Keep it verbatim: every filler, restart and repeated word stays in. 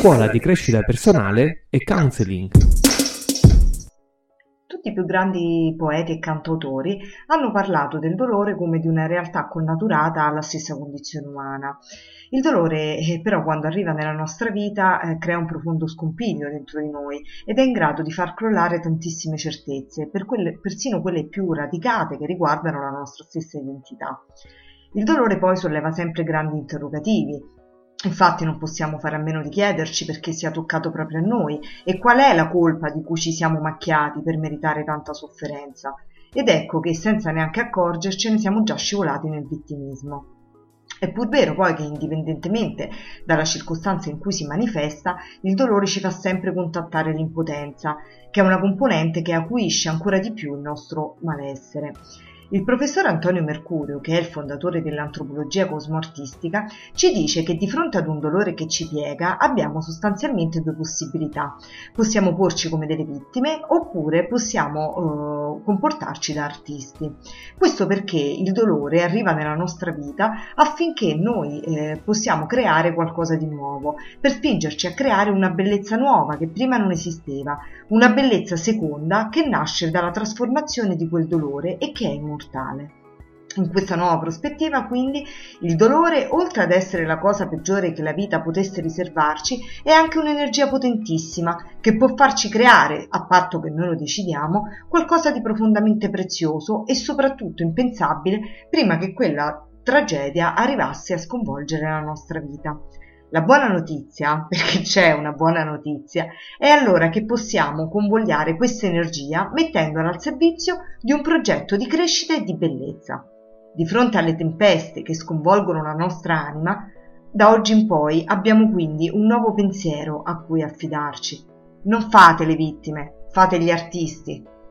scuola di crescita personale e counseling. Tutti i più grandi poeti e cantautori hanno parlato del dolore come di una realtà connaturata alla stessa condizione umana. Il dolore, eh, però, quando arriva nella nostra vita, eh, crea un profondo scompiglio dentro di noi ed è in grado di far crollare tantissime certezze, per quelle, persino quelle più radicate che riguardano la nostra stessa identità. Il dolore poi solleva sempre grandi interrogativi. Infatti non possiamo fare a meno di chiederci perché sia toccato proprio a noi e qual è la colpa di cui ci siamo macchiati per meritare tanta sofferenza. Ed ecco che senza neanche accorgercene siamo già scivolati nel vittimismo. È pur vero poi che indipendentemente dalla circostanza in cui si manifesta, il dolore ci fa sempre contattare l'impotenza, che è una componente che acuisce ancora di più il nostro malessere. Il professor Antonio Mercurio, che è il fondatore dell'antropologia cosmoartistica, ci dice che di fronte ad un dolore che ci piega abbiamo sostanzialmente due possibilità. Possiamo porci come delle vittime oppure possiamo eh, comportarci da artisti. Questo perché il dolore arriva nella nostra vita affinché noi eh, possiamo creare qualcosa di nuovo, per spingerci a creare una bellezza nuova che prima non esisteva, una bellezza seconda che nasce dalla trasformazione di quel dolore e che è immortale. In questa nuova prospettiva, quindi, il dolore, oltre ad essere la cosa peggiore che la vita potesse riservarci, è anche un'energia potentissima che può farci creare, a patto che noi lo decidiamo, qualcosa di profondamente prezioso e soprattutto impensabile prima che quella tragedia arrivasse a sconvolgere la nostra vita. La buona notizia, perché c'è una buona notizia, è allora che possiamo convogliare questa energia mettendola al servizio di un progetto di crescita e di bellezza. Di fronte alle tempeste che sconvolgono la nostra anima, da oggi in poi abbiamo quindi un nuovo pensiero a cui affidarci. Non fate le vittime, fate gli artisti.